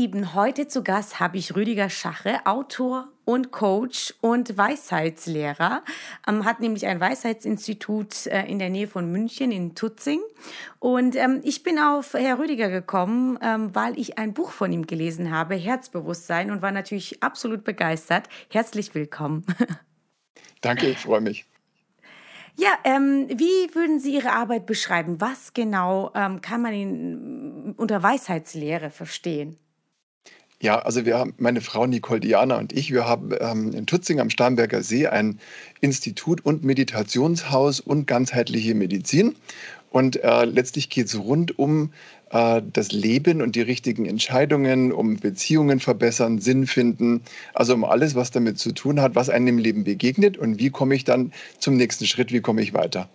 Lieben, heute zu Gast habe ich Rüdiger Schache, Autor und Coach und Weisheitslehrer. Hat nämlich ein Weisheitsinstitut in der Nähe von München in Tutzing. Und ich bin auf Herr Rüdiger gekommen, weil ich ein Buch von ihm gelesen habe, Herzbewusstsein, und war natürlich absolut begeistert. Herzlich willkommen. Danke, ich freue mich. Ja, wie würden Sie Ihre Arbeit beschreiben? Was genau kann man unter Weisheitslehre verstehen? Ja, also meine Frau Nicole Diana und ich, wir haben in Tutzing am Starnberger See ein Institut und Meditationshaus und ganzheitliche Medizin. Und letztlich geht es rund um das Leben und die richtigen Entscheidungen, um Beziehungen verbessern, Sinn finden, also um alles, was damit zu tun hat, was einem im Leben begegnet und wie komme ich dann zum nächsten Schritt, wie komme ich weiter.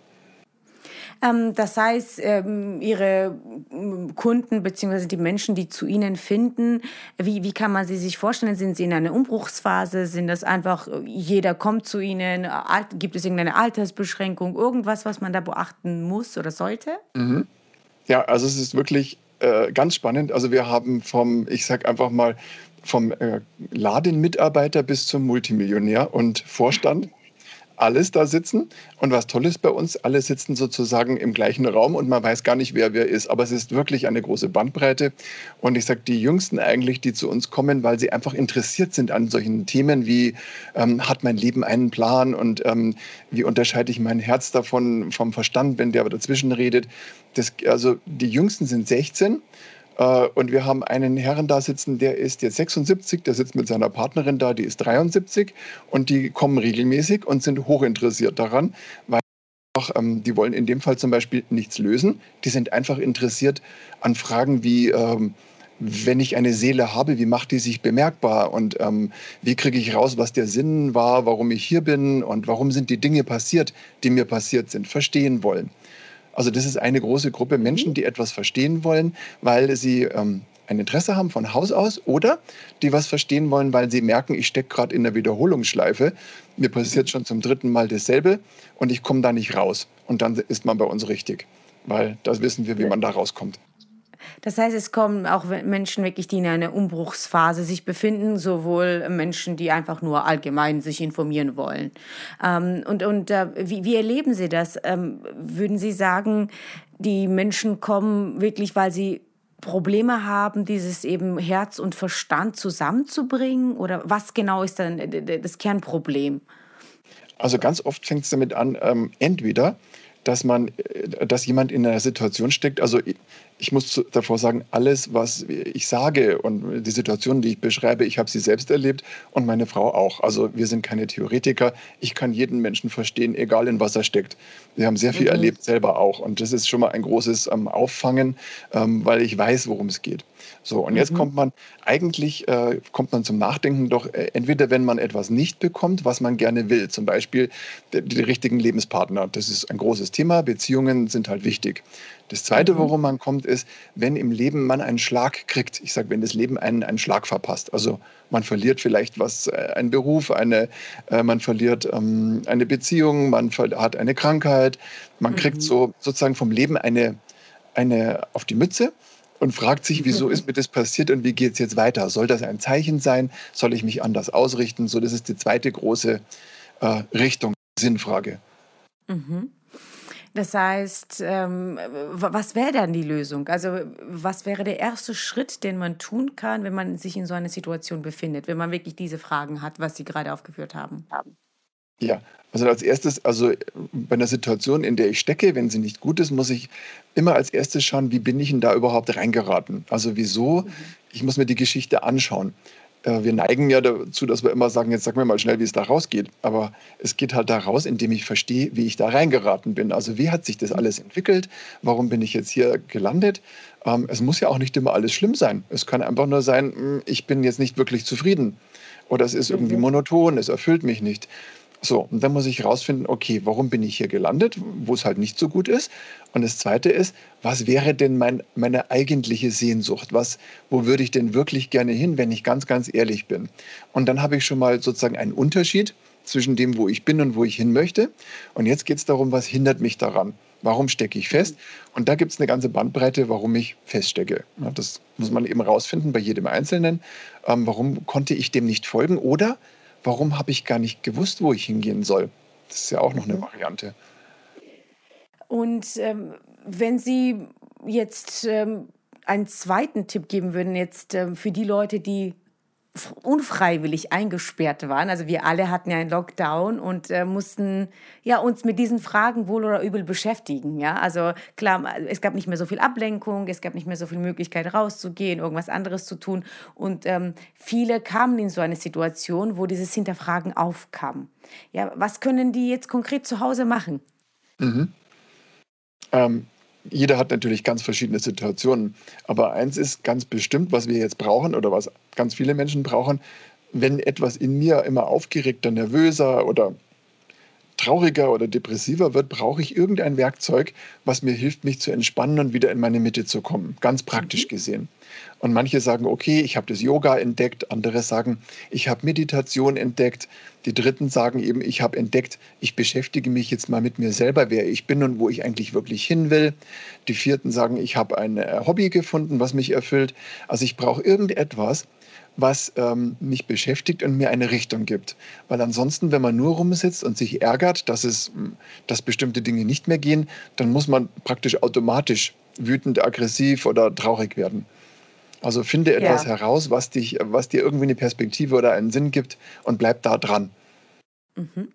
Das heißt, Ihre Kunden bzw. die Menschen, die zu Ihnen finden, wie kann man sie sich vorstellen? Sind sie in einer Umbruchsphase? Sind das einfach, jeder kommt zu Ihnen? Gibt es irgendeine Altersbeschränkung? Irgendwas, was man da beachten muss oder sollte? Mhm. Ja, also es ist wirklich ganz spannend. Also wir haben ich sag einfach mal, vom Ladenmitarbeiter bis zum Multimillionär und Vorstand alles da sitzen. Und was toll ist bei uns, alle sitzen sozusagen im gleichen Raum und man weiß gar nicht, wer ist. Aber es ist wirklich eine große Bandbreite. Und ich sage, die Jüngsten eigentlich, die zu uns kommen, weil sie einfach interessiert sind an solchen Themen wie, hat mein Leben einen Plan und wie unterscheide ich mein Herz davon vom Verstand, wenn der aber dazwischen redet. Also die Jüngsten sind 16. Und wir haben einen Herrn da sitzen, der ist jetzt 76, der sitzt mit seiner Partnerin da, die ist 73 und die kommen regelmäßig und sind hochinteressiert daran, weil die wollen in dem Fall zum Beispiel nichts lösen. Die sind einfach interessiert an Fragen wie, wenn ich eine Seele habe, wie macht die sich bemerkbar und wie kriege ich raus, was der Sinn war, warum ich hier bin und warum sind die Dinge passiert, die mir passiert sind, verstehen wollen. Also das ist eine große Gruppe Menschen, die etwas verstehen wollen, weil sie ein Interesse haben von Haus aus oder die was verstehen wollen, weil sie merken, ich stecke gerade in der Wiederholungsschleife. Mir passiert schon zum 3. Mal dasselbe und ich komme da nicht raus. Und dann ist man bei uns richtig, weil da wissen wir, wie man da rauskommt. Das heißt, es kommen auch Menschen wirklich, die in einer Umbruchsphase sich befinden, sowohl Menschen, die einfach nur allgemein sich informieren wollen. Wie erleben Sie das? Würden Sie sagen, die Menschen kommen wirklich, weil sie Probleme haben, dieses eben Herz und Verstand zusammenzubringen? Oder was genau ist dann das Kernproblem? Also ganz oft fängt es damit an, entweder, dass jemand in einer Situation steckt, also ich muss davor sagen, alles, was ich sage und die Situation, die ich beschreibe, ich habe sie selbst erlebt und meine Frau auch. Also wir sind keine Theoretiker. Ich kann jeden Menschen verstehen, egal in was er steckt. Wir haben sehr viel erlebt, selber auch. Und das ist schon mal ein großes Auffangen, weil ich weiß, worum es geht. So, und jetzt Mhm. kommt man zum Nachdenken doch, entweder wenn man etwas nicht bekommt, was man gerne will, zum Beispiel die richtigen Lebenspartner. Das ist ein großes Thema. Beziehungen sind halt wichtig. Das Zweite, Mhm. worum man kommt, ist, wenn im Leben man einen Schlag kriegt. Ich sage, wenn das Leben einen Schlag verpasst. Also man verliert vielleicht einen Beruf, man verliert eine Beziehung, hat eine Krankheit. Man kriegt Mhm. so sozusagen vom Leben eine auf die Mütze und fragt sich, wieso ist mir das passiert und wie geht es jetzt weiter? Soll das ein Zeichen sein? Soll ich mich anders ausrichten? So, das ist die zweite große Richtung, Sinnfrage. Mhm. Das heißt, was wäre dann die Lösung? Also, was wäre der erste Schritt, den man tun kann, wenn man sich in so einer Situation befindet, wenn man wirklich diese Fragen hat, was Sie gerade aufgeführt haben? Ja, also als erstes, also bei einer Situation, in der ich stecke, wenn sie nicht gut ist, muss ich immer als erstes schauen, wie bin ich denn da überhaupt reingeraten? Also wieso? Mhm. Ich muss mir die Geschichte anschauen. Wir neigen ja dazu, dass wir immer sagen, jetzt sag mir mal schnell, wie es da rausgeht. Aber es geht halt da raus, indem ich verstehe, wie ich da reingeraten bin. Also wie hat sich das alles entwickelt? Warum bin ich jetzt hier gelandet? Es muss ja auch nicht immer alles schlimm sein. Es kann einfach nur sein, ich bin jetzt nicht wirklich zufrieden. Oder es ist irgendwie Mhm. monoton, es erfüllt mich nicht. So, und dann muss ich rausfinden, okay, warum bin ich hier gelandet, wo es halt nicht so gut ist. Und das Zweite ist, was wäre denn meine eigentliche Sehnsucht? Wo würde ich denn wirklich gerne hin, wenn ich ganz, ganz ehrlich bin? Und dann habe ich schon mal sozusagen einen Unterschied zwischen dem, wo ich bin und wo ich hin möchte. Und jetzt geht es darum, was hindert mich daran? Warum stecke ich fest? Und da gibt es eine ganze Bandbreite, warum ich feststecke. Ja, das muss man eben rausfinden bei jedem Einzelnen. Warum konnte ich dem nicht folgen? Oder warum habe ich gar nicht gewusst, wo ich hingehen soll? Das ist ja auch noch eine Mhm. Variante. Und wenn Sie jetzt einen zweiten Tipp geben würden, jetzt für die Leute, die unfreiwillig eingesperrt waren. Also wir alle hatten ja einen Lockdown und mussten ja uns mit diesen Fragen wohl oder übel beschäftigen. Ja, also klar, es gab nicht mehr so viel Ablenkung, es gab nicht mehr so viel Möglichkeit rauszugehen, irgendwas anderes zu tun. Und viele kamen in so eine Situation, wo dieses Hinterfragen aufkam. Ja, was können die jetzt konkret zu Hause machen? Mhm. Ähm, Jeder hat natürlich ganz verschiedene Situationen. Aber eins ist ganz bestimmt, was wir jetzt brauchen oder was ganz viele Menschen brauchen, wenn etwas in mir immer aufgeregter, nervöser oder trauriger oder depressiver wird, brauche ich irgendein Werkzeug, was mir hilft, mich zu entspannen und wieder in meine Mitte zu kommen, ganz praktisch Mhm. gesehen. Und manche sagen, okay, ich habe das Yoga entdeckt, andere sagen, ich habe Meditation entdeckt, die Dritten sagen eben, ich habe entdeckt, ich beschäftige mich jetzt mal mit mir selber, wer ich bin und wo ich eigentlich wirklich hin will. Die Vierten sagen, ich habe ein Hobby gefunden, was mich erfüllt. Also ich brauche irgendetwas, was mich beschäftigt und mir eine Richtung gibt. Weil ansonsten, wenn man nur rumsitzt und sich ärgert, dass bestimmte Dinge nicht mehr gehen, dann muss man praktisch automatisch wütend, aggressiv oder traurig werden. Also finde etwas Ja. heraus, was dir irgendwie eine Perspektive oder einen Sinn gibt und bleib da dran. Mhm.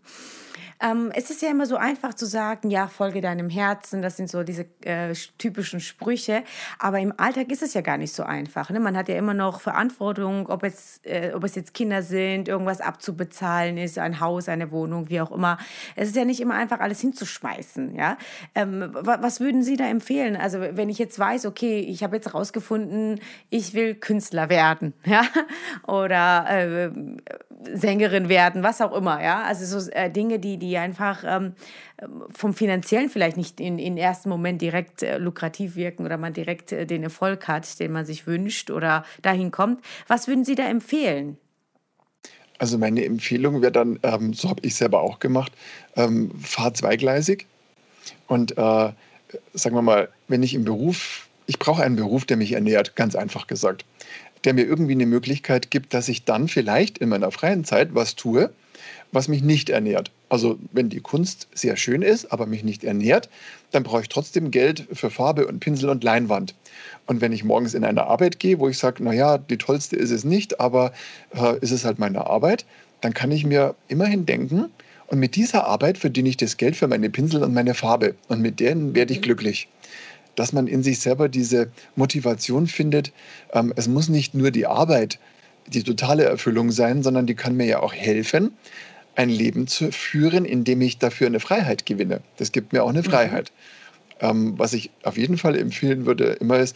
Es ist ja immer so einfach zu sagen, ja, folge deinem Herzen, das sind so diese typischen Sprüche, aber im Alltag ist es ja gar nicht so einfach. Ne? Man hat ja immer noch Verantwortung, ob es jetzt Kinder sind, irgendwas abzubezahlen ist, ein Haus, eine Wohnung, wie auch immer. Es ist ja nicht immer einfach, alles hinzuschmeißen. Ja? Was würden Sie da empfehlen? Also wenn ich jetzt weiß, okay, ich habe jetzt rausgefunden, ich will Künstler werden, ja, oder Sängerin werden, was auch immer, ja. Also so Dinge, die einfach vom Finanziellen vielleicht nicht in ersten Moment direkt lukrativ wirken oder man direkt den Erfolg hat, den man sich wünscht oder dahin kommt. Was würden Sie da empfehlen? Also meine Empfehlung wäre dann, so habe ich selber auch gemacht, fahr zweigleisig und sagen wir mal, wenn ich ich brauche einen Beruf, der mich ernährt, ganz einfach gesagt, der mir irgendwie eine Möglichkeit gibt, dass ich dann vielleicht in meiner freien Zeit was tue, was mich nicht ernährt. Also wenn die Kunst sehr schön ist, aber mich nicht ernährt, dann brauche ich trotzdem Geld für Farbe und Pinsel und Leinwand. Und wenn ich morgens in eine Arbeit gehe, wo ich sage, naja, die tollste ist es nicht, aber ist es halt meine Arbeit, dann kann ich mir immerhin denken, und mit dieser Arbeit verdiene ich das Geld für meine Pinsel und meine Farbe. Und mit denen werde ich Mhm. glücklich. Dass man in sich selber diese Motivation findet. Es muss nicht nur die Arbeit die totale Erfüllung sein, sondern die kann mir ja auch helfen, ein Leben zu führen, in dem ich dafür eine Freiheit gewinne. Das gibt mir auch eine Mhm. Freiheit. Was ich auf jeden Fall empfehlen würde, immer ist,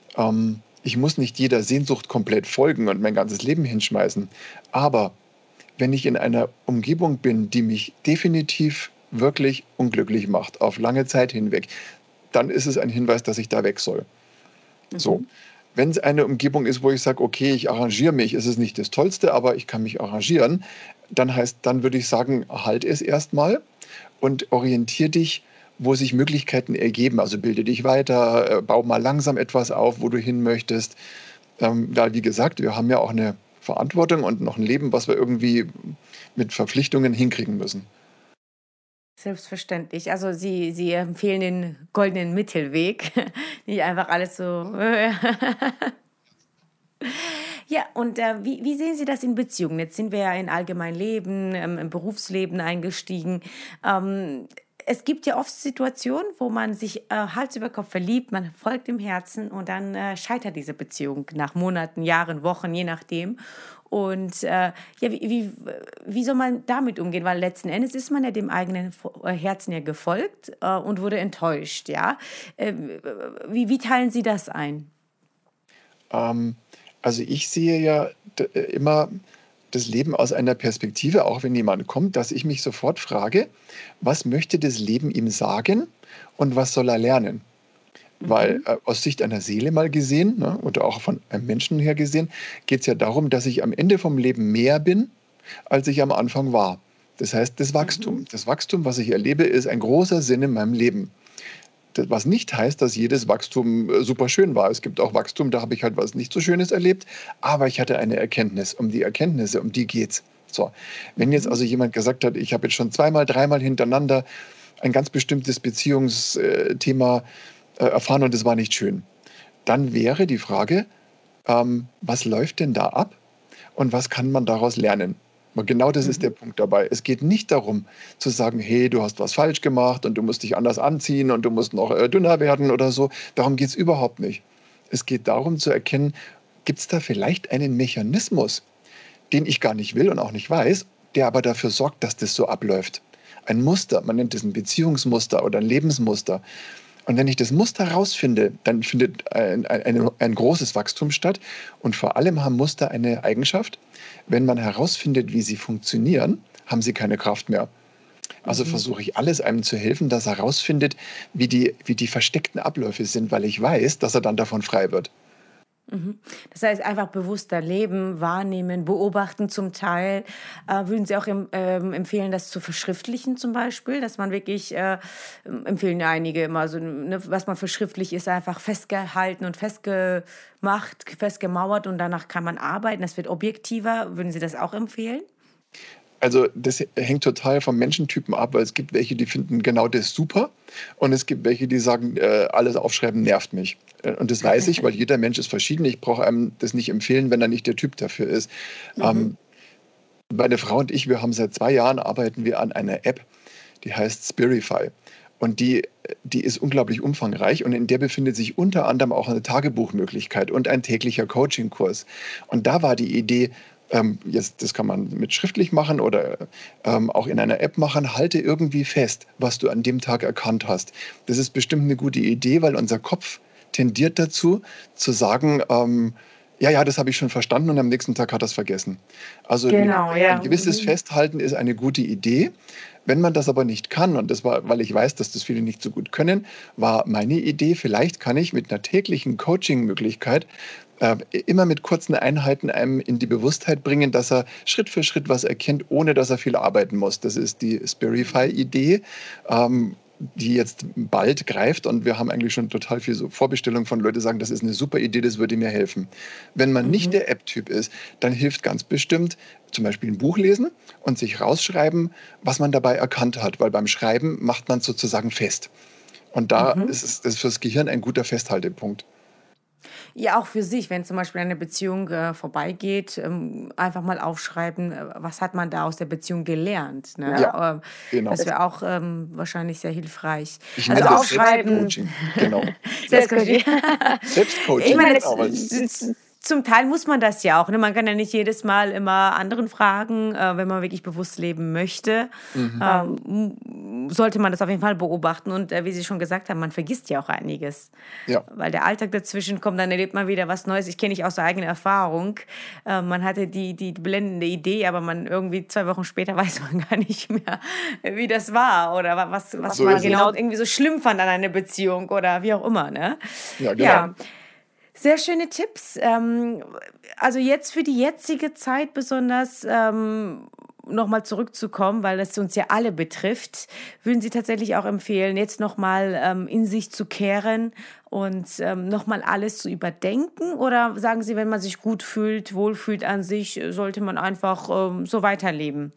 ich muss nicht jeder Sehnsucht komplett folgen und mein ganzes Leben hinschmeißen. Aber wenn ich in einer Umgebung bin, die mich definitiv wirklich unglücklich macht, auf lange Zeit hinweg, dann ist es ein Hinweis, dass ich da weg soll. So. Mhm. Wenn es eine Umgebung ist, wo ich sage, okay, ich arrangiere mich, es ist nicht das Tollste, aber ich kann mich arrangieren, dann würde ich sagen, halt es erstmal und orientiere dich, wo sich Möglichkeiten ergeben. Also bilde dich weiter, bau mal langsam etwas auf, wo du hin möchtest. Da, wie gesagt, wir haben ja auch eine Verantwortung und noch ein Leben, was wir irgendwie mit Verpflichtungen hinkriegen müssen. Selbstverständlich. Also Sie empfehlen den goldenen Mittelweg, nicht einfach alles so. Ja, und wie sehen Sie das in Beziehungen? Jetzt sind wir ja in allgemein Leben, im Berufsleben eingestiegen. Ähm, Es gibt ja oft Situationen, wo man sich Hals über Kopf verliebt, man folgt dem Herzen und dann scheitert diese Beziehung nach Monaten, Jahren, Wochen, je nachdem. Und ja, wie soll man damit umgehen? Weil letzten Endes ist man ja dem eigenen Herzen ja gefolgt und wurde enttäuscht, ja. Äh, wie teilen Sie das ein? Ähm, also ich sehe ja immer das Leben aus einer Perspektive, auch wenn jemand kommt, dass ich mich sofort frage, was möchte das Leben ihm sagen und was soll er lernen? Weil Mhm. aus Sicht einer Seele mal gesehen, ne, oder auch von einem Menschen her gesehen, geht es ja darum, dass ich am Ende vom Leben mehr bin, als ich am Anfang war. Das heißt, das Mhm. Wachstum. Das Wachstum, was ich erlebe, ist ein großer Sinn in meinem Leben. was nicht heißt, dass jedes Wachstum super schön war. Es gibt auch Wachstum, da habe ich halt was nicht so Schönes erlebt, aber ich hatte eine Erkenntnis. Um die Erkenntnisse, um die geht's. So, wenn jetzt also jemand gesagt hat, ich habe jetzt schon zweimal, dreimal hintereinander ein ganz bestimmtes Beziehungsthema erfahren und es war nicht schön, dann wäre die Frage, was läuft denn da ab und was kann man daraus lernen? Und genau das ist der Punkt dabei. Es geht nicht darum zu sagen, hey, du hast was falsch gemacht und du musst dich anders anziehen und du musst noch dünner werden oder so. Darum geht es überhaupt nicht. Es geht darum zu erkennen, gibt es da vielleicht einen Mechanismus, den ich gar nicht will und auch nicht weiß, der aber dafür sorgt, dass das so abläuft. Ein Muster, man nennt es ein Beziehungsmuster oder ein Lebensmuster. Und wenn ich das Muster rausfinde, dann findet ein großes Wachstum statt. Und vor allem haben Muster eine Eigenschaft: Wenn man herausfindet, wie sie funktionieren, haben sie keine Kraft mehr. Also versuche ich alles einem zu helfen, dass er herausfindet, wie die versteckten Abläufe sind, weil ich weiß, dass er dann davon frei wird. Das heißt, einfach bewusster leben, wahrnehmen, beobachten zum Teil. Würden Sie auch empfehlen, das zu verschriftlichen zum Beispiel, dass man wirklich, empfehlen ja einige immer, so, ne, was man verschriftlicht, ist einfach festgehalten und festgemacht, festgemauert und danach kann man arbeiten. Das wird objektiver. Würden Sie das auch empfehlen? Also das hängt total vom Menschentypen ab, weil es gibt welche, die finden genau das super und es gibt welche, die sagen, alles aufschreiben nervt mich. Und das weiß ich, weil jeder Mensch ist verschieden. Ich brauche einem das nicht empfehlen, wenn er nicht der Typ dafür ist. Mhm. Ähm, Meine Frau und ich, wir haben seit 2 Jahren, arbeiten wir an einer App, die heißt Spirify. Und die ist unglaublich umfangreich und in der befindet sich unter anderem auch eine Tagebuchmöglichkeit und ein täglicher Coachingkurs. Und da war die Idee, jetzt, das kann man mit schriftlich machen oder auch in einer App machen, halte irgendwie fest, was du an dem Tag erkannt hast. Das ist bestimmt eine gute Idee, weil unser Kopf tendiert dazu, zu sagen, ja, ja, das habe ich schon verstanden und am nächsten Tag hat er es vergessen. Also Genau, ein ja. gewisses Festhalten ist eine gute Idee. Wenn man das aber nicht kann, und das war, weil ich weiß, dass das viele nicht so gut können, war meine Idee, vielleicht kann ich mit einer täglichen Coaching-Möglichkeit immer mit kurzen Einheiten einem in die Bewusstheit bringen, dass er Schritt für Schritt was erkennt, ohne dass er viel arbeiten muss. Das ist die Spirify-Idee, die jetzt bald greift und wir haben eigentlich schon total viel so Vorbestellungen von Leuten, die sagen, das ist eine super Idee, das würde mir helfen. Wenn man nicht der App-Typ ist, dann hilft ganz bestimmt zum Beispiel ein Buch lesen und sich rausschreiben, was man dabei erkannt hat, weil beim Schreiben macht man sozusagen fest. Und da ist es das ist fürs Gehirn ein guter Festhaltepunkt. Ja, auch für sich, wenn zum Beispiel eine Beziehung vorbeigeht, einfach mal aufschreiben, was hat man da aus der Beziehung gelernt. Ne? Ja, genau. Das wäre auch wahrscheinlich sehr hilfreich. Ich Also nenne das aufschreiben, Selbstcoaching. Genau. Selbstcoaching. Ich Selbstcoaching, meine, genau. zum Teil muss man das ja auch. Ne? Man kann ja nicht jedes Mal immer anderen fragen, wenn man wirklich bewusst leben möchte. Mhm. Sollte man das auf jeden Fall beobachten. Und wie Sie schon gesagt haben, man vergisst ja auch einiges. Ja, Weil der Alltag dazwischen kommt, dann erlebt man wieder was Neues. Ich kenne ich aus eigener Erfahrung. Man hatte die blendende Idee, aber man irgendwie 2 Wochen später weiß man gar nicht mehr, wie das war oder was so man ist es. genau irgendwie so schlimm fand an einer Beziehung oder wie auch immer. Ne? Ja, genau. Ja, sehr schöne Tipps. Also jetzt für die jetzige Zeit besonders nochmal zurückzukommen, weil das uns ja alle betrifft, würden Sie tatsächlich auch empfehlen, jetzt nochmal in sich zu kehren und nochmal alles zu überdenken? Oder sagen Sie, wenn man sich gut fühlt, wohlfühlt an sich, sollte man einfach so weiterleben?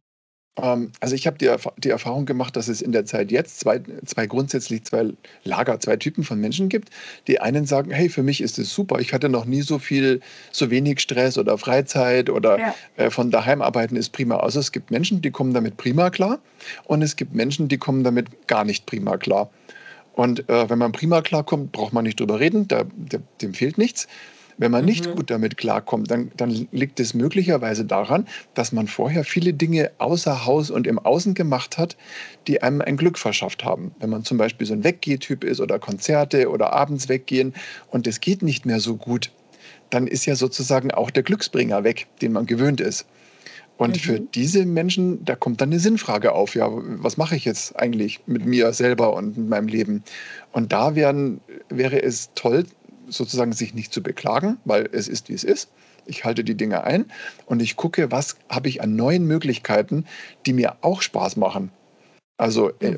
Also ich habe die Erfahrung gemacht, dass es in der Zeit jetzt grundsätzlich zwei Lager, zwei Typen von Menschen gibt. Die einen sagen, hey, für mich ist es super, ich hatte noch nie so wenig Stress oder Freizeit oder Ja. von daheim arbeiten ist prima. Also es gibt Menschen, die kommen damit prima klar und es gibt Menschen, die kommen damit gar nicht prima klar. Und wenn man prima klarkommt, braucht man nicht drüber reden, dem fehlt nichts. Wenn man nicht gut damit klarkommt, dann liegt es möglicherweise daran, dass man vorher viele Dinge außer Haus und im Außen gemacht hat, die einem ein Glück verschafft haben. Wenn man zum Beispiel so ein Weggehtyp ist oder Konzerte oder abends weggehen und es geht nicht mehr so gut, dann ist ja sozusagen auch der Glücksbringer weg, den man gewöhnt ist. Und für diese Menschen, da kommt dann eine Sinnfrage auf. Ja, was mache ich jetzt eigentlich mit mir selber und mit meinem Leben? Und da wäre es toll, sozusagen sich nicht zu beklagen, weil es ist, wie es ist. Ich halte die Dinge ein und ich gucke, was habe ich an neuen Möglichkeiten, die mir auch Spaß machen. Also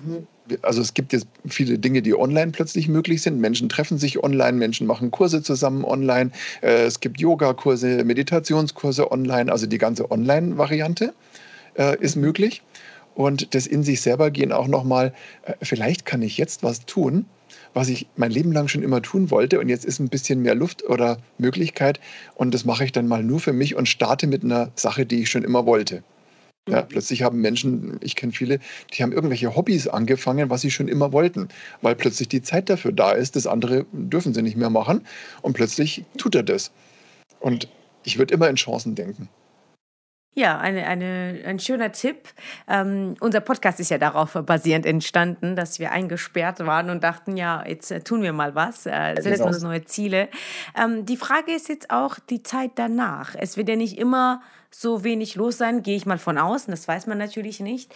also es gibt jetzt viele Dinge, die online plötzlich möglich sind. Menschen treffen sich online, Menschen machen Kurse zusammen online. Es gibt Yogakurse, Meditationskurse online, also die ganze Online-Variante ist möglich. Und das in sich selber gehen auch nochmal, vielleicht kann ich jetzt was tun, was ich mein Leben lang schon immer tun wollte und jetzt ist ein bisschen mehr Luft oder Möglichkeit und das mache ich dann mal nur für mich und starte mit einer Sache, die ich schon immer wollte. Ja, plötzlich haben Menschen, ich kenne viele, die haben irgendwelche Hobbys angefangen, was sie schon immer wollten, weil plötzlich die Zeit dafür da ist, das andere dürfen sie nicht mehr machen und plötzlich tut er das. Und ich würde immer in Chancen denken. Ja, ein schöner Tipp. Unser Podcast ist ja darauf basierend entstanden, dass wir eingesperrt waren und dachten, ja, jetzt tun wir mal was, setzen uns neue Ziele. Die Frage ist jetzt auch die Zeit danach. Es wird ja nicht immer so wenig los sein, gehe ich mal von außen, das weiß man natürlich nicht.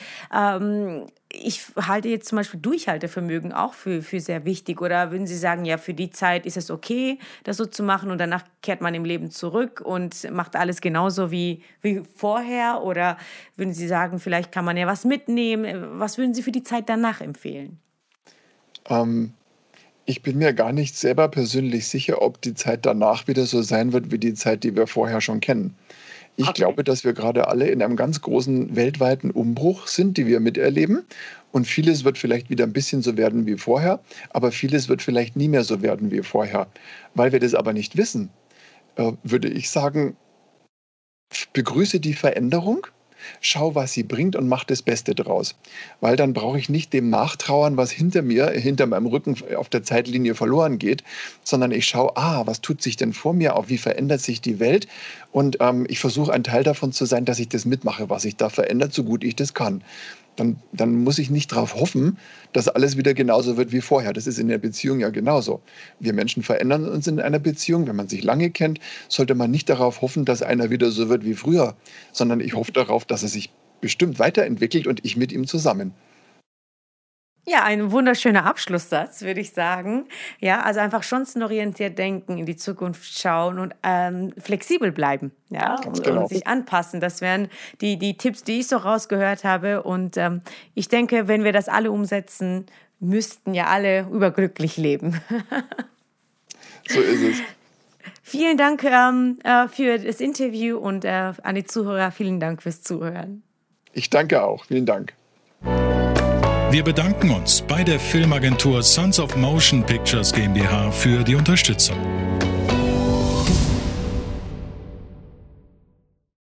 Ich halte jetzt zum Beispiel Durchhaltevermögen auch für sehr wichtig. Oder würden Sie sagen, ja, für die Zeit ist es okay, das so zu machen und danach kehrt man im Leben zurück und macht alles genauso wie vorher? Oder würden Sie sagen, vielleicht kann man ja was mitnehmen? Was würden Sie für die Zeit danach empfehlen? Ähm, Ich bin mir gar nicht selber persönlich sicher, ob die Zeit danach wieder so sein wird wie die Zeit, die wir vorher schon kennen. Ich glaube, dass wir gerade alle in einem ganz großen weltweiten Umbruch sind, die wir miterleben. Und vieles wird vielleicht wieder ein bisschen so werden wie vorher, aber vieles wird vielleicht nie mehr so werden wie vorher. Weil wir das aber nicht wissen, würde ich sagen, begrüße die Veränderung, schau, was sie bringt und mach das Beste draus. Weil dann brauche ich nicht dem nachtrauern, was hinter mir, hinter meinem Rücken auf der Zeitlinie verloren geht, sondern ich schaue, was tut sich denn vor mir auf, wie verändert sich die Welt und ich versuche ein Teil davon zu sein, dass ich das mitmache, was sich da verändert, so gut ich das kann. Dann muss ich nicht darauf hoffen, dass alles wieder genauso wird wie vorher. Das ist in der Beziehung ja genauso. Wir Menschen verändern uns in einer Beziehung. Wenn man sich lange kennt, sollte man nicht darauf hoffen, dass einer wieder so wird wie früher, sondern ich hoffe darauf, dass er sich bestimmt weiterentwickelt und ich mit ihm zusammen. Ja, ein wunderschöner Abschlusssatz, würde ich sagen. Ja, also einfach chancenorientiert denken, in die Zukunft schauen und flexibel bleiben, ja, Ganz und genau. sich anpassen. Das wären die Tipps, die ich so rausgehört habe. Und ich denke, wenn wir das alle umsetzen, müssten ja alle überglücklich leben. So ist es. Vielen Dank für das Interview und an die Zuhörer, vielen Dank fürs Zuhören. Ich danke auch. Vielen Dank. Wir bedanken uns bei der Filmagentur Sons of Motion Pictures GmbH für die Unterstützung.